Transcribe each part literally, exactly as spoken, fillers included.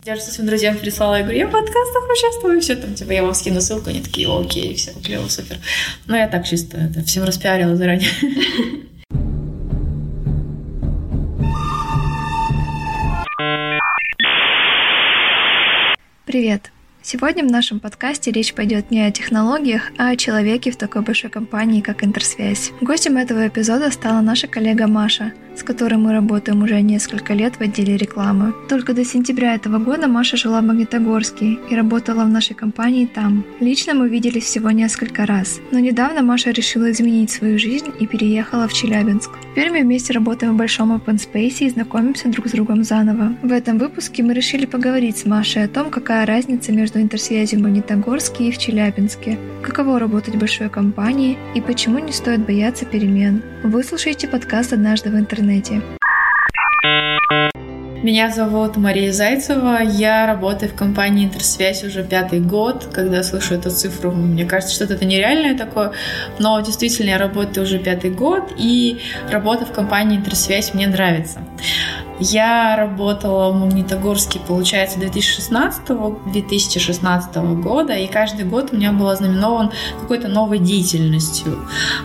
Я же своим друзьям прислала, я говорю, я в подкастах участвую, все там, типа, я вам скину ссылку, они такие, окей, все, клево, супер. Но я так чисто это всем распиарила заранее. Привет! Сегодня в нашем подкасте речь пойдет не о технологиях, а о человеке в такой большой компании, как Интерсвязь. Гостем этого эпизода стала наша коллега Маша, с которой мы работаем уже несколько лет в отделе рекламы. Только до сентября этого года Маша жила в Магнитогорске и работала в нашей компании там. Лично мы виделись всего несколько раз, но недавно Маша решила изменить свою жизнь и переехала в Челябинск. Теперь мы вместе работаем в большом open space и знакомимся друг с другом заново. В этом выпуске мы решили поговорить с Машей о том, какая разница между Интерсвязью в Магнитогорске и в Челябинске, каково работать в большой компании и почему не стоит бояться перемен. Выслушайте подкаст «Однажды в интернете». Меня зовут Мария Зайцева, я работаю в компании Интерсвязь уже пятый год. Когда слышу эту цифру, мне кажется, что это нереальное такое, но действительно я работаю уже пятый год, и работа в компании Интерсвязь мне нравится. Я работала в Магнитогорске, получается, две тысячи шестнадцатого - две тысячи шестнадцатого года, и каждый год у меня был ознаменован какой-то новой деятельностью.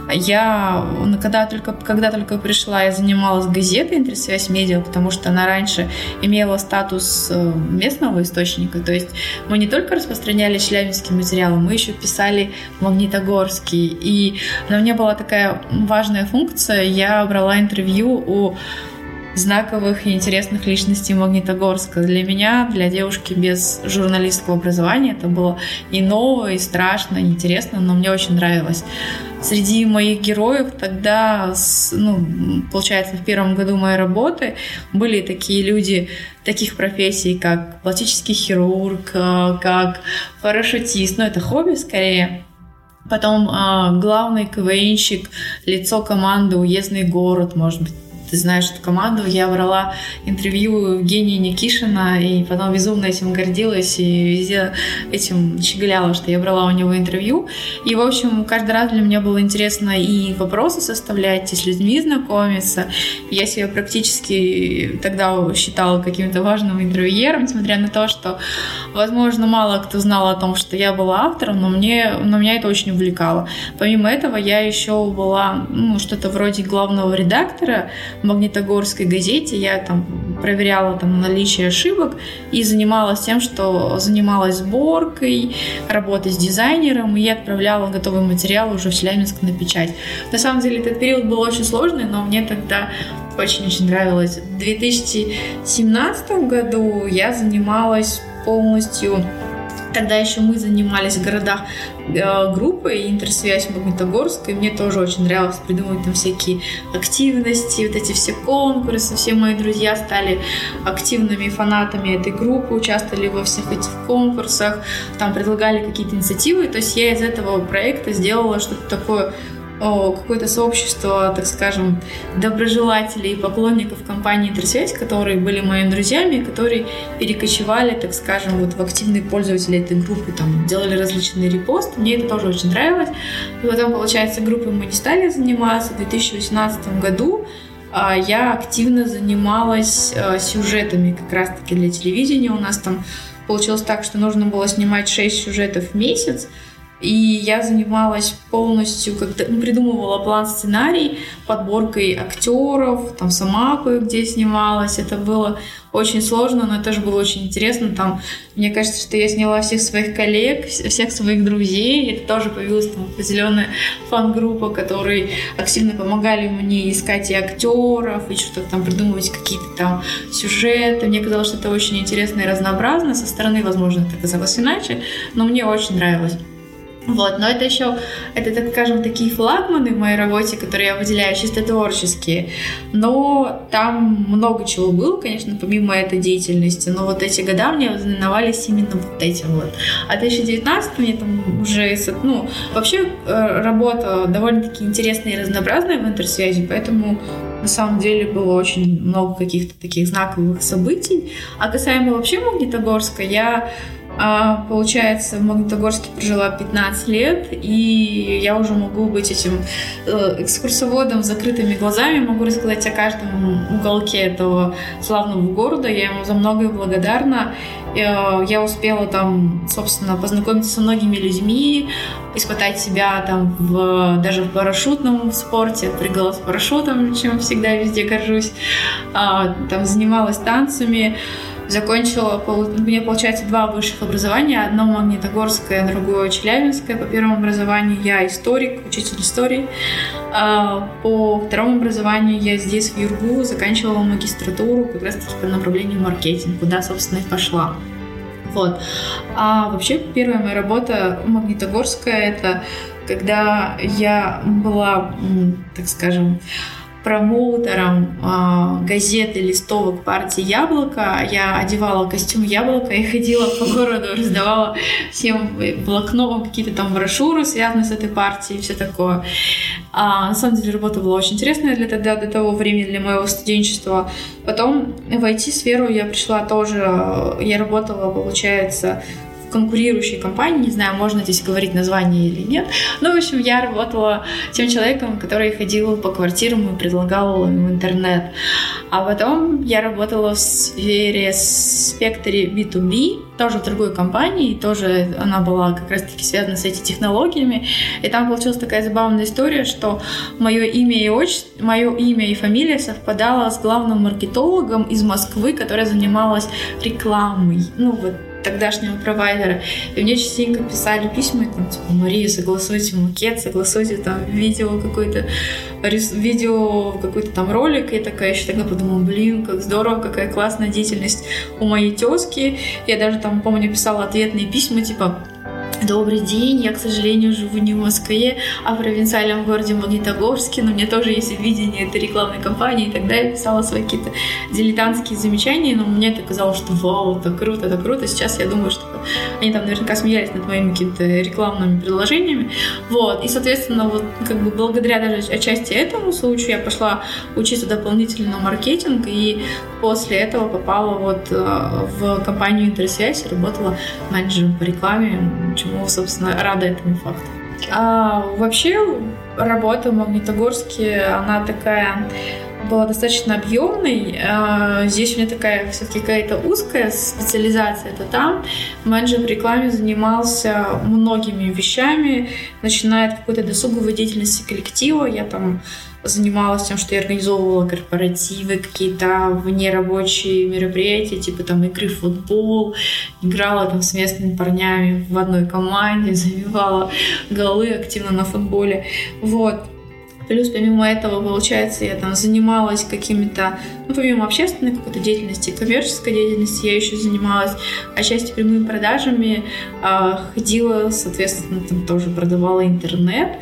Я, когда только, когда только пришла, я занималась газетой «Интерсвязь Медиа», потому что она раньше имела статус местного источника, то есть мы не только распространяли челябинские материалы, мы еще писали магнитогорские, и у меня была такая важная функция, я брала интервью у знаковых и интересных личностей Магнитогорска. Для меня, для девушки без журналистского образования, это было и ново, и страшно, и интересно, но мне очень нравилось. Среди моих героев тогда, ну, получается, в первом году моей работы были такие люди таких профессий, как пластический хирург, как парашютист, ну, это хобби скорее. Потом главный КВНщик, лицо команды «Уездный город», может быть, ты знаешь эту команду. Я брала интервью Евгения Никишина и потом безумно этим гордилась и везде этим щеголяла, что я брала у него интервью. И, в общем, каждый раз для меня было интересно и вопросы составлять, и с людьми знакомиться. Я себя практически тогда считала каким-то важным интервьюером, несмотря на то, что, возможно, мало кто знал о том, что я была автором, но, мне, но меня это очень увлекало. Помимо этого, я еще была ну, что-то вроде главного редактора в Магнитогорской газете. Я там проверяла там наличие ошибок и занималась тем, что занималась сборкой, работой с дизайнером, и я отправляла готовый материал уже в Челябинск на печать. На самом деле этот период был очень сложный, но мне тогда очень-очень нравилось. В две тысячи семнадцатом году я занималась полностью. Тогда еще мы занимались в городах э, группой Интерсвязь Магнитогорск, и мне тоже очень нравилось придумывать там всякие активности, вот эти все конкурсы. Все мои друзья стали активными фанатами этой группы, участвовали во всех этих конкурсах, там предлагали какие-то инициативы. То есть я из этого проекта сделала что-то такое, какое-то сообщество, так скажем, доброжелателей и поклонников компании Интерсвязь, которые были моими друзьями, которые перекочевали, так скажем, вот в активные пользователи этой группы, там, делали различные репосты. Мне это тоже очень нравилось. И потом, получается, группой мы не стали заниматься. В две тысячи восемнадцатом году я активно занималась сюжетами как раз-таки для телевидения. У нас там получилось так, что нужно было снимать шесть сюжетов в месяц. И я занималась полностью, как-то ну, придумывала план, сценарий, подборкой актеров, там сама кое-где снималась. Это было очень сложно, но это тоже было очень интересно. Там, мне кажется, что я сняла всех своих коллег, всех своих друзей. Это тоже появилась там определенная фан-группа, которые активно помогали мне искать и актеров, и что-то там придумывать, какие-то там сюжеты. Мне казалось, что это очень интересно и разнообразно. Со стороны, возможно, это казалось иначе, но мне очень нравилось. Вот, но это еще, это, так скажем, такие флагманы в моей работе, которые я выделяю, чисто творческие. Но там много чего было, конечно, помимо этой деятельности. Но вот эти года мне знаменовались именно вот этим вот. А в две тысячи девятнадцатом мне там уже, ну, вообще работа довольно-таки интересная и разнообразная в Интерсвязи, поэтому на самом деле было очень много каких-то таких знаковых событий. А касаемо вообще Магнитогорска, я А, получается, в Магнитогорске прожила пятнадцать лет, и я уже могу быть этим э, экскурсоводом с закрытыми глазами, могу рассказать о каждом уголке этого славного города. Я ему за многое благодарна. Я, я успела там, собственно, познакомиться со многими людьми, испытать себя там в, даже в парашютном спорте, прыгала с парашютом, чем всегда везде горжусь, а, там занималась танцами. Закончила, у меня, получается, два высших образования. Одно магнитогорское, другое челябинское. По первому образованию я историк, учитель истории. По второму образованию я здесь, в Юргу, заканчивала магистратуру как раз-таки по направлению маркетинг, куда, собственно, и пошла. Вот. А вообще, первая моя работа магнитогорская, это когда я была, так скажем, промоутером э, газеты листовок партии «Яблоко». Я одевала костюм «Яблоко» и ходила по городу, раздавала всем блокнотам какие-то там брошюры, связанные с этой партией и все такое. А, на самом деле работа была очень интересная для тогда, до того времени, для моего студенчества. Потом в ай ти-сферу я пришла тоже, я работала, получается, конкурирующей компании, не знаю, можно здесь говорить название или нет, но, в общем, я работала тем человеком, который ходил по квартирам и предлагал им интернет. А потом я работала в сфере, в спектре би ту би, тоже в другой компании, тоже она была как раз-таки связана с этими технологиями, и там получилась такая забавная история, что мое имя и отчество, мое имя и фамилия совпадало с главным маркетологом из Москвы, которая занималась рекламой, ну вот, тогдашнего провайдера. И мне частенько писали письма, там, типа, Мария, согласуйте макет, согласуйте там видео какой-то, видео, какой-то там ролик. И я такая еще тогда подумала, блин, как здорово, какая классная деятельность у моей тезки. Я даже там, помню, писала ответные письма, типа, добрый день, я, к сожалению, живу не в Москве, а в провинциальном городе Магнитогорске, но у меня тоже есть видение этой рекламной кампании, и тогда я писала свои какие-то дилетантские замечания, но мне это казалось, что вау, это круто, это круто. Сейчас я думаю, что они там наверняка смеялись над моими какими-то рекламными предложениями. Вот. И, соответственно, вот как бы благодаря даже отчасти этому случаю я пошла учиться дополнительно на маркетинг, и после этого попала вот в компанию «Интерсвязь», работала менеджером по рекламе, чему, собственно, рада этому факту. А вообще работа в Магнитогорске, она такая была достаточно объемной. Здесь у меня такая все-таки какая-то узкая специализация. Это там менеджер в рекламе занимался многими вещами, начиная от какой-то досуговой деятельности коллектива. Я там занималась тем, что я организовывала корпоративы, какие-то внерабочие мероприятия, типа там игры в футбол, играла там с местными парнями в одной команде, забивала голы активно на футболе. Вот. Плюс, помимо этого, получается, я там занималась какими-то, ну, помимо общественной какой-то деятельности, коммерческой деятельности, я еще занималась отчасти прямыми продажами, ходила, соответственно, там тоже продавала интернет.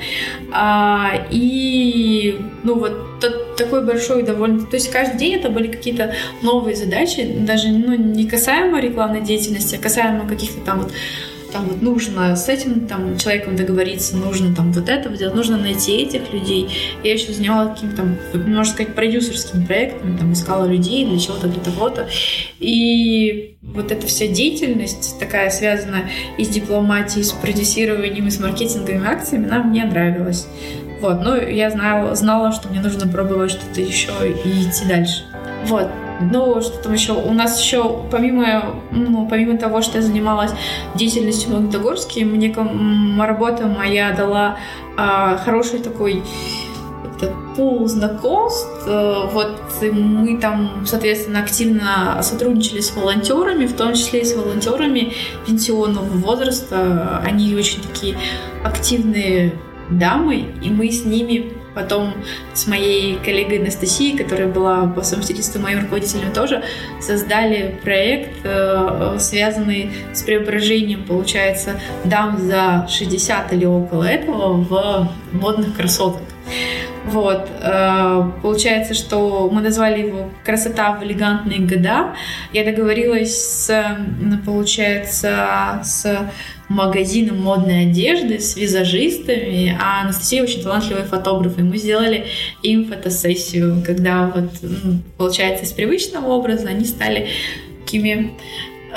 И, ну, вот такой большой довольно... То есть каждый день это были какие-то новые задачи, даже, ну, не касаемо рекламной деятельности, а касаемо каких-то там вот там вот нужно с этим там человеком договориться, нужно там вот это делать, нужно найти этих людей. Я еще занималась каким-то, можно сказать, продюсерскими проектами, там искала людей для чего-то, для того-то. И вот эта вся деятельность такая связанная и с дипломатией, и с продюсированием, и с маркетинговыми акциями, она мне нравилась. Вот, ну, я знала, знала, что мне нужно пробовать что-то еще и идти дальше. Вот. Ну, что там еще? У нас еще, помимо, ну, помимо того, что я занималась деятельностью в Магнитогорске, мне работа моя дала а, хороший такой пул знакомств. Вот мы там, соответственно, активно сотрудничали с волонтерами, в том числе и с волонтерами пенсионного возраста. Они очень такие активные дамы, и мы с ними потом с моей коллегой Анастасией, которая была по совместительству моим руководителем тоже, создали проект, связанный с преображением, получается, дам за шестьдесят или около этого в модных красоток. Вот. Получается, что мы назвали его «Красота в элегантные года». Я договорилась с, получается, с магазином модной одежды, с визажистами, а Анастасия очень талантливый фотограф, и мы сделали им фотосессию, когда вот, получается, из привычного образа они стали такими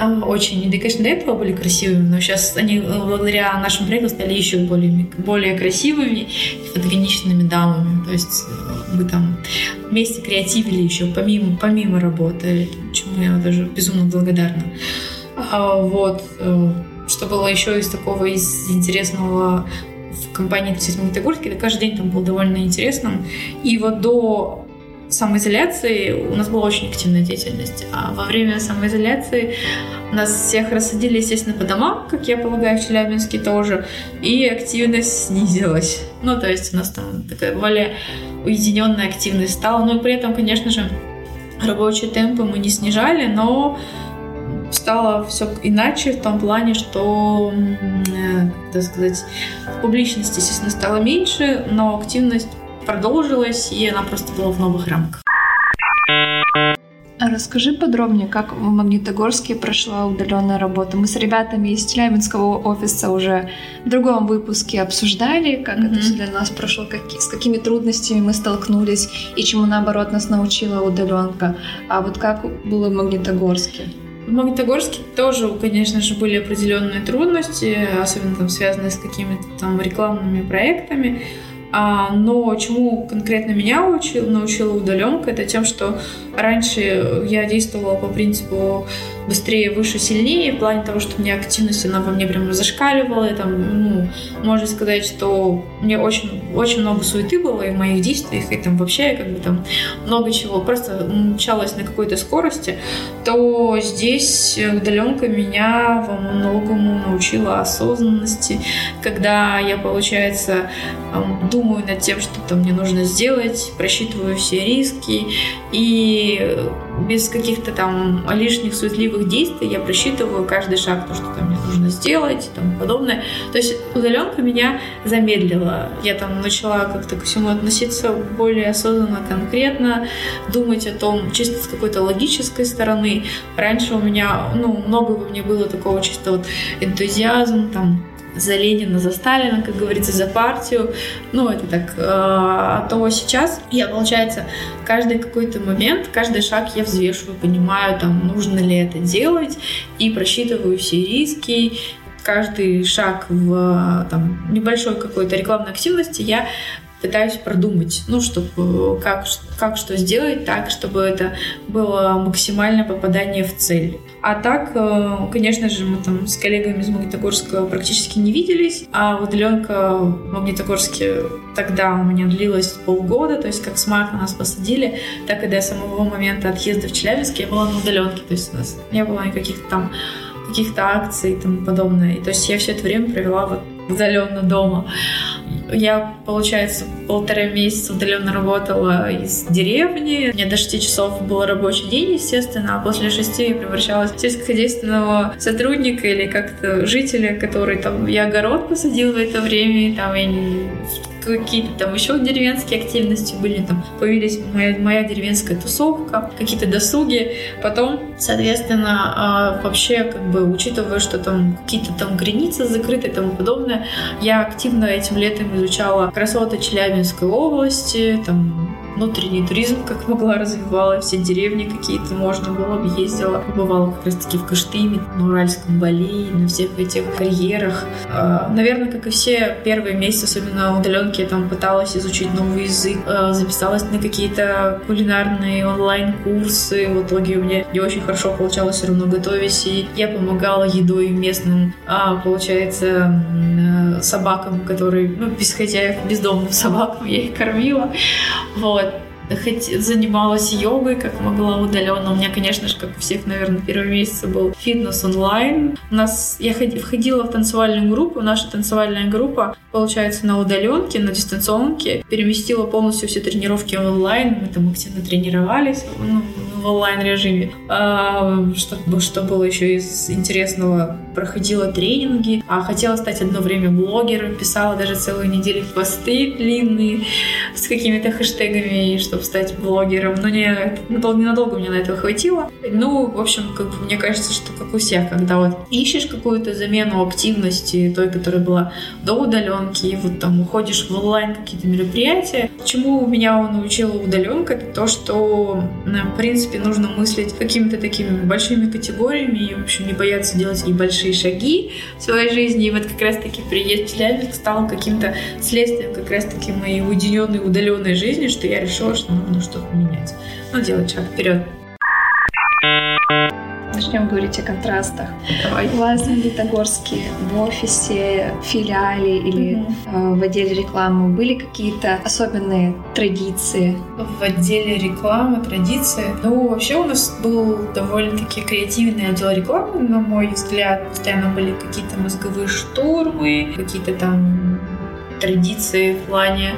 Очень. И, конечно, до этого были красивыми, но сейчас они благодаря нашему проекту стали еще более, более красивыми, фотогеничными дамами. То есть мы там вместе креативили еще помимо, помимо работы, чему я даже безумно благодарна. Вот. Что было еще из такого, из интересного в компании «Интерсвязь Магнитогорск», это каждый день там был довольно интересным. И вот до самоизоляции у нас была очень активная деятельность. А во время самоизоляции нас всех рассадили, естественно, по домам, как я полагаю, в Челябинске тоже, и активность снизилась. Ну, то есть у нас там такая более уединенная активность стала. Но при этом, конечно же, рабочие темпы мы не снижали, но стало все иначе в том плане, что, так сказать, публичности, естественно, стало меньше, но активность продолжилась, и она просто была в новых рамках. А расскажи подробнее, как в Магнитогорске прошла удаленная работа. Мы с ребятами из Челябинского офиса уже в другом выпуске обсуждали, как mm-hmm. это все для нас прошло, как, с какими трудностями мы столкнулись и чему, наоборот, нас научила удаленка. А вот как было в Магнитогорске? В Магнитогорске тоже, конечно же, были определенные трудности, особенно там связанные с какими-то там рекламными проектами. А, но чему конкретно меня учил, научила удаленка, это тем, что раньше я действовала по принципу быстрее, выше, сильнее, в плане того, что у меня активность, она во мне прям зашкаливала, и там, ну, можно сказать, что мне очень, очень много суеты было и в моих действиях, и там вообще как бы там много чего, просто мчалась на какой-то скорости, то здесь удаленка меня во многому научила осознанности, когда я, получается, думаю над тем, что там мне нужно сделать, просчитываю все риски, и без каких-то там лишних суетливых действий я просчитываю каждый шаг, то, что там мне нужно сделать и тому подобное. То есть удаленка меня замедлила. Я там начала как-то ко всему относиться более осознанно, конкретно, думать о том чисто с какой-то логической стороны. Раньше у меня, ну, много во мне было такого чисто вот энтузиазм, там, за Ленина, за Сталина, как говорится, за партию. Ну, это так. А то сейчас я, получается, каждый какой-то момент, каждый шаг я взвешиваю, понимаю, там, нужно ли это делать, и просчитываю все риски. Каждый шаг в там, небольшой какой-то рекламной активности я пытаюсь продумать, ну, чтобы как, как что сделать так, чтобы это было максимальное попадание в цель. А так, конечно же, мы там с коллегами из Магнитогорска практически не виделись, а удаленка в Магнитогорске тогда у меня длилась полгода, то есть как с марта нас посадили, так и до самого момента отъезда в Челябинск я была на удаленке, то есть у нас не было никаких там каких-то акций и тому подобное. И, то есть я все это время провела вот удаленно дома. Я, получается, полтора месяца удаленно работала из деревни. У меня до шести часов был рабочий день, естественно, а после шести я превращалась в сельскохозяйственного сотрудника или как-то жителя, который там, я огород посадил в это время, и там я не... какие-то там еще деревенские активности были, там появились моя, моя деревенская тусовка, какие-то досуги. Потом, соответственно, вообще, как бы, учитывая, что там какие-то там границы закрыты и тому подобное, я активно этим летом изучала красоты Челябинской области, там внутренний туризм, как могла, развивала, все деревни какие-то можно было, объездила, побывала как раз-таки в Кыштыме, на Уральском Бали, на всех этих карьерах. Наверное, как и все первые месяцы, особенно удаленки, я там пыталась изучить новый язык, записалась на какие-то кулинарные онлайн-курсы. В итоге у меня не очень хорошо получалось все равно готовить, и я помогала едой местным, получается, собакам, которые, ну, без хозяев, бездомным собакам я их кормила. Вот. Хоть занималась йогой, как могла удаленно. У меня, конечно же, как у всех, наверное, первый месяц был фитнес онлайн. У нас я входила в танцевальную группу. Наша танцевальная группа, получается, на удаленке, на дистанционке, переместила полностью все тренировки в онлайн. Мы там активно тренировались, ну, в онлайн-режиме. А, что, что было еще из интересного? Проходила тренинги. А хотела стать одно время блогером. Писала даже целую неделю посты длинные с какими-то хэштегами, чтобы стать блогером. Но не, ненадолго мне на это хватило. Ну, в общем, как бы, мне кажется, что как у всех, когда вот ищешь какую-то замену активности той, которая была до удаленки, и вот там уходишь в онлайн какие-то мероприятия. Чему меня научила удаленка, это то, что, в принципе, принципе, нужно мыслить какими-то такими большими категориями и, в общем, не бояться делать небольшие шаги в своей жизни. И вот как раз-таки приезд в Челябинск стал каким-то следствием как раз-таки моей уединенной, удаленной жизни, что я решила, что нужно что-то менять. Ну, делать шаг вперед. Начнем говорить о контрастах. Давай. У вас в Магнитогорске в офисе, в филиале или mm-hmm. э, в отделе рекламы были какие-то особенные традиции? В отделе рекламы, традиции? Ну, вообще у нас был довольно-таки креативный отдел рекламы, на мой взгляд. Постоянно были какие-то мозговые штурмы, какие-то там традиции в плане,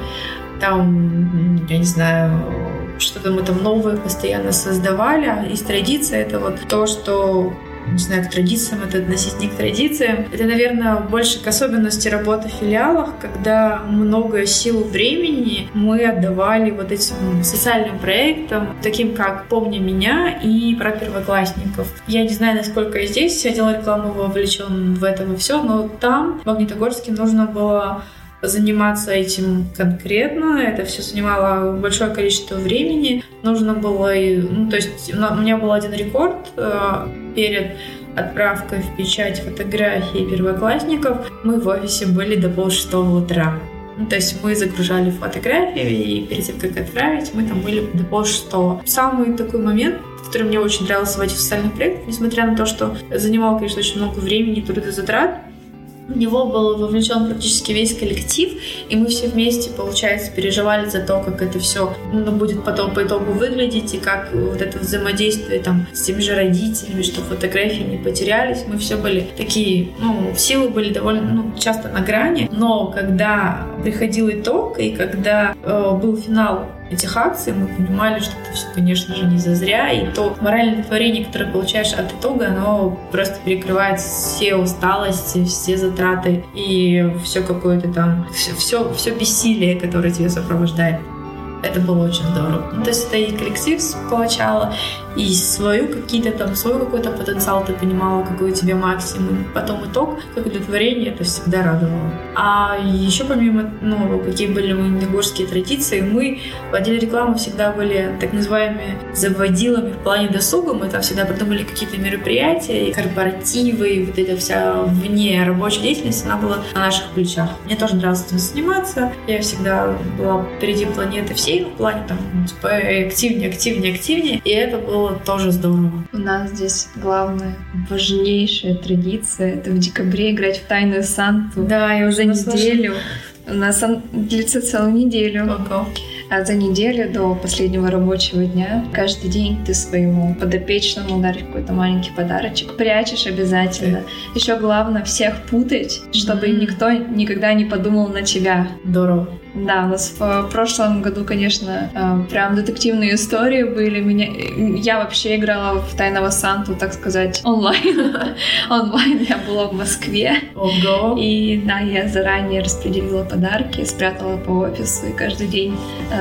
там, я не знаю, что-то мы там новое постоянно создавали. А из традиции это вот то, что, не знаю, к традициям, это относить не к традициям. Это, наверное, больше к особенности работы в филиалах, когда много сил времени мы отдавали вот этим социальным проектам, таким как «Помни меня» и про первоклассников. Я не знаю, насколько и здесь отдел рекламы вовлечен в это во все, но там, в Магнитогорске, нужно было заниматься этим конкретно. Это все занимало большое количество времени. Нужно было... Ну, то есть у меня был один рекорд э, перед отправкой в печать фотографий первоклассников. Мы в офисе были до полшестого утра. Ну, то есть мы загружали фотографии, и перед тем, как отправить, мы там были до полшестого. Самый такой момент, который мне очень нравился в этих социальных проектах, несмотря на то, что занимал, конечно, очень много времени и трудозатрат, в него был вовлечен практически весь коллектив, и мы все вместе, получается, переживали за то, как это все ну, будет потом по итогу выглядеть, и как вот это взаимодействие там с теми же родителями, что фотографии не потерялись. Мы все были такие, ну, силы были довольно ну, часто на грани, но когда приходил итог, и когда э, был финал этих акций, мы понимали, что это все, конечно же, не зазря, и то моральное удовлетворение, которое получаешь от итога, оно просто перекрывает все усталости, все затраты и все какое-то там, все, все, все бессилие, которое тебя сопровождает. Это было очень здорово. Ну, то есть это и коллектив сплочало, и свою какие-то там, свой какой-то потенциал ты понимала, какой у тебя максимум. Потом итог, как удовлетворение, это всегда радовало. А еще помимо, ну, какие были мои магнитогорские традиции, мы в отделе рекламы всегда были так называемыми заводилами в плане досуга. Мы там всегда придумали какие-то мероприятия, и корпоративы, и вот эта вся вне рабочая деятельность, она была на наших плечах. Мне тоже нравилось этим заниматься. Я всегда была впереди планеты всей, в плане там, типа, активнее, активнее, активнее. И это было тоже здорово. У нас здесь главная, важнейшая традиция — это в декабре играть в Тайную Санту. Да, я уже за неделю. У нас он длится целую неделю. Ого. А за неделю до последнего рабочего дня каждый день ты своему подопечному даришь какой-то маленький подарочек. Прячешь обязательно. Okay. Еще главное всех путать, чтобы mm-hmm. никто никогда не подумал на тебя. Здорово. Да, у нас в прошлом году, конечно, прям детективные истории были. Меня... Я вообще играла в Тайного Санту, так сказать, онлайн. Онлайн я была в Москве. Ого. И да, я заранее распределила подарки, спрятала по офису, и каждый день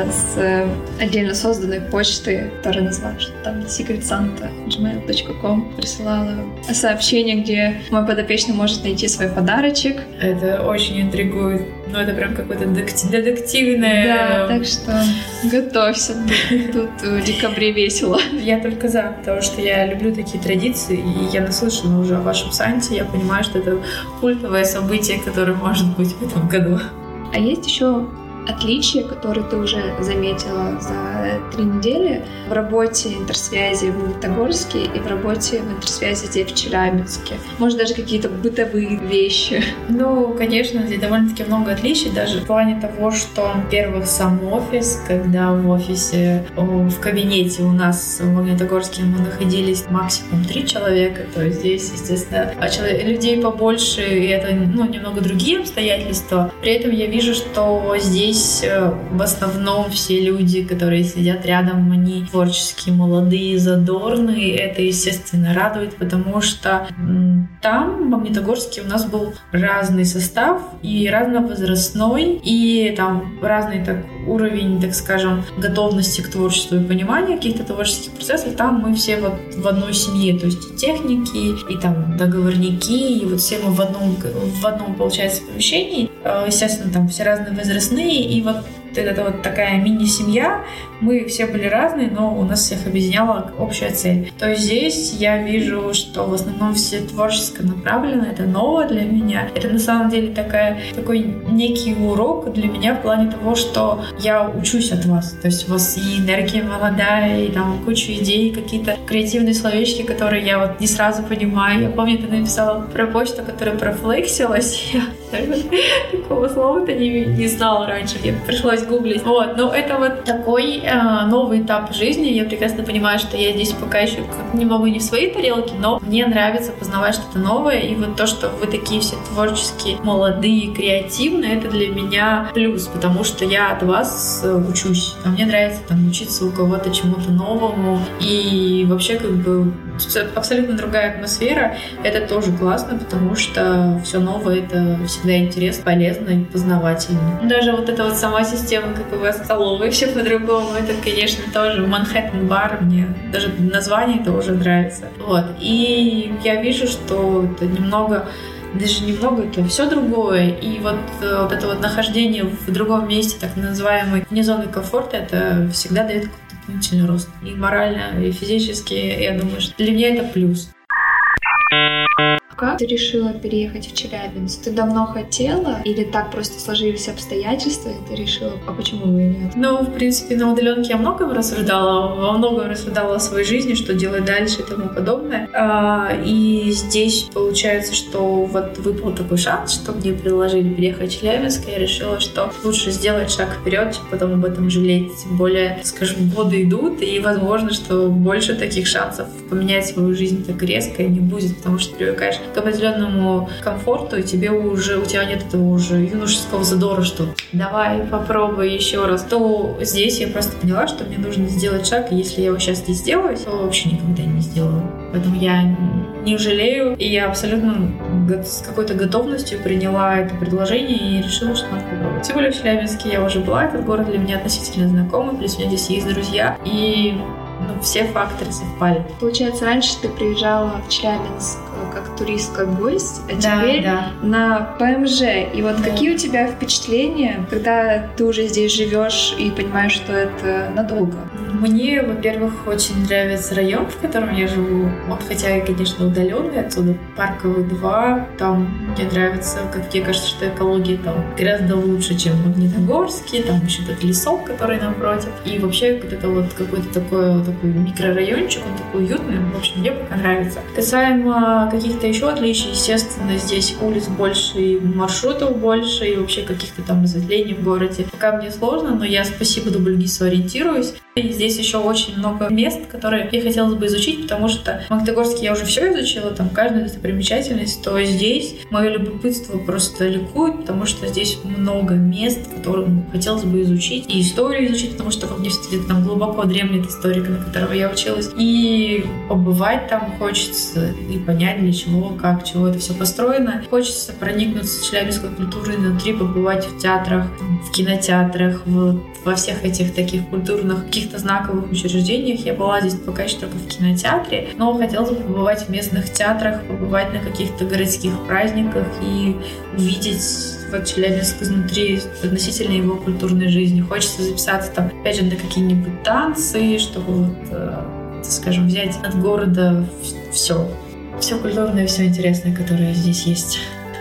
с отдельно созданной почты, которая называлась что там секрет санта точка джимейл точка ком, присылала сообщение, где мой подопечный может найти свой подарочек. Это очень интригует. Ну, это прям какое-то детективное... Да, так что готовься. Тут в декабре весело. Я только за, потому что я люблю такие традиции, и я наслышана уже о вашем Санте. Я понимаю, что это культовое событие, которое может быть в этом году. А есть еще отличия, которые ты уже заметила за три недели в работе интерсвязи в Магнитогорске и в работе в интерсвязи здесь, в Челябинске? Может, даже какие-то бытовые вещи? Ну, конечно, здесь довольно-таки много отличий, даже в плане того, что, во-первых, сам офис, когда в офисе, в кабинете у нас в Магнитогорске мы находились максимум три человека, то здесь, естественно, людей побольше, и это, ну, немного другие обстоятельства. При этом я вижу, что здесь в основном все люди, которые сидят рядом, они творческие, молодые, задорные. Это, естественно, радует, потому что там, в Магнитогорске, у нас был разный состав и разновозрастной, и там разный так, уровень, так скажем, готовности к творчеству и понимания каких-то творческих процессов. Там мы все вот в одной семье, то есть и техники, и там договорники, и вот все мы в одном, в одном получается, помещении. Естественно, там все разные возрастные, и вот это вот такая мини-семья, мы все были разные, но у нас всех объединяла общая цель. То есть здесь я вижу, что в основном все творческо направлено, это новое для меня. Это на самом деле такая, такой некий урок для меня в плане того, что я учусь от вас. То есть у вас и энергия молодая, и там куча идей, какие-то креативные словечки, которые я вот не сразу понимаю. Я помню, ты написала про почту, которая профлексилась. Я такого слова-то не, не знала раньше. Мне пришлось гуглить. Вот. Но это вот такой э, новый этап жизни. Я прекрасно понимаю, что я здесь пока еще немного не в своей тарелке, но мне нравится познавать что-то новое. И вот то, что вы такие все творческие, молодые, креативные, это для меня плюс, потому что я от вас учусь. А мне нравится там учиться у кого-то чему-то новому. И вообще как бы абсолютно другая атмосфера. Это тоже классно, потому что все новое — это всегда интересно, полезно и познавательно. Даже вот эта вот сама система, как у вас столовая, все по-другому. Это, конечно, тоже Манхэттен бар. Мне даже название тоже нравится. Вот. И я вижу, что это немного даже немного, это все другое. И вот, вот это вот нахождение в другом месте, так называемой вне зоны комфорта, это всегда дает какой-то дополнительный рост. И морально, и физически, я думаю, что для меня это плюс. Как ты решила переехать в Челябинск? Ты давно хотела? Или так просто сложились обстоятельства, и ты решила, а почему бы и нет? Ну, в принципе, на удаленке я многом рассуждала, во многом рассуждала о своей жизни, что делать дальше и тому подобное. И здесь получается, что вот выпал такой шанс, что мне предложили переехать в Челябинск, и я решила, что лучше сделать шаг вперед, чем потом об этом жалеть. Тем более, скажем, годы идут, и возможно, что больше таких шансов поменять свою жизнь так резко не будет, потому что привыкаешь к определенному комфорту, и тебе уже, у тебя нет этого уже юношеского задора, что давай попробуй еще раз. То здесь я просто поняла, что мне нужно сделать шаг, и если я его сейчас не сделаю, то вообще никогда не сделаю. Поэтому я не жалею, и я абсолютно с какой-то готовностью приняла это предложение и решила, что надо попробовать. Тем более в Челябинске я уже была, этот город для меня относительно знакомый, плюс у меня здесь есть друзья, и ну, все факторы совпали. Получается, раньше ты приезжала в Челябинск как турист, как гость, а да, теперь да. на ПМЖ. И вот да. Какие у тебя впечатления, когда ты уже здесь живешь и понимаешь, что это надолго? Мне, во-первых, очень нравится район, в котором я живу. Он, хотя, конечно, удаленный отсюда, Парковый два. Там мне нравится, как мне кажется, что экология там гораздо лучше, чем в Магнитогорске. Там еще этот лесок, который напротив. И вообще вот это вот какой-то такой, такой микрорайончик, он такой уютный. В общем, мне пока нравится. Касаемо каких-то еще отличий, естественно, здесь улиц больше, и маршрутов больше, и вообще каких-то там разветвлений в городе. Пока мне сложно, но я, спасибо Дубльгису, ориентируюсь. И здесь еще очень много мест, которые я хотела бы изучить, потому что в Магнитогорске я уже все изучила, там каждую достопримечательность, то здесь мое любопытство просто ликует, потому что здесь много мест, которые ну, хотелось бы изучить, и историю изучить, потому что в университете там глубоко дремлет историка, на которого я училась, и побывать там хочется, и понять, для чего, как, чего это все построено. Хочется проникнуться челябинской культурой внутри, побывать в театрах, в кинотеатрах, в, во всех этих таких культурных каких-то знаковых учреждениях. Я была здесь пока еще только в кинотеатре, но хотелось бы побывать в местных театрах, побывать на каких-то городских праздниках и увидеть вот Челябинск изнутри относительно его культурной жизни. Хочется записаться там, опять же, на какие-нибудь танцы, чтобы вот, э, скажем, взять от города все. Все культурное, все интересное, которое здесь есть.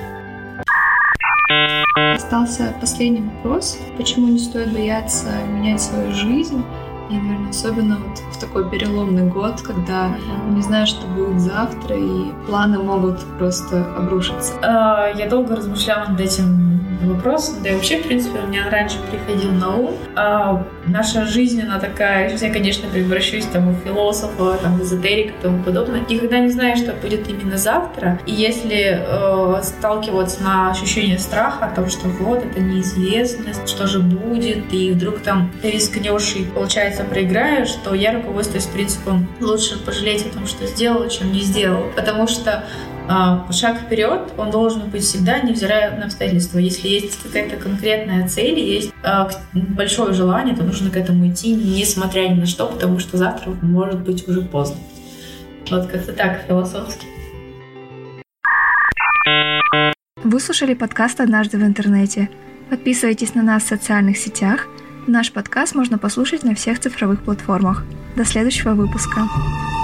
Остался последний вопрос. Почему не стоит бояться менять свою жизнь? И, наверное, особенно вот в такой переломный год, когда не знаешь, что будет завтра, и планы могут просто обрушиться. Я долго размышляла над этим вопросом, да и вообще, в принципе, у меня раньше приходил на ум. Наша жизнь, она такая, сейчас я, конечно, превращусь там, в философа, там, в эзотерика и тому подобное. Никогда не знаешь, что будет именно завтра. И если э, сталкиваться на ощущение страха о том, что вот, это неизвестность, что же будет, и вдруг там ты рискнешь и, получается, проиграешь, то я руководствуюсь принципом лучше пожалеть о том, что сделал, чем не сделал. Потому что э, шаг вперед, он должен быть всегда, невзирая на обстоятельства. Если есть какая-то конкретная цель, есть э, большое желание, то нужно к этому идти, несмотря ни на что, потому что завтра может быть уже поздно. Вот как-то так, философски. Вы слушали подкаст «Однажды в интернете». Подписывайтесь на нас в социальных сетях, Наш подкаст можно послушать на всех цифровых платформах. До следующего выпуска.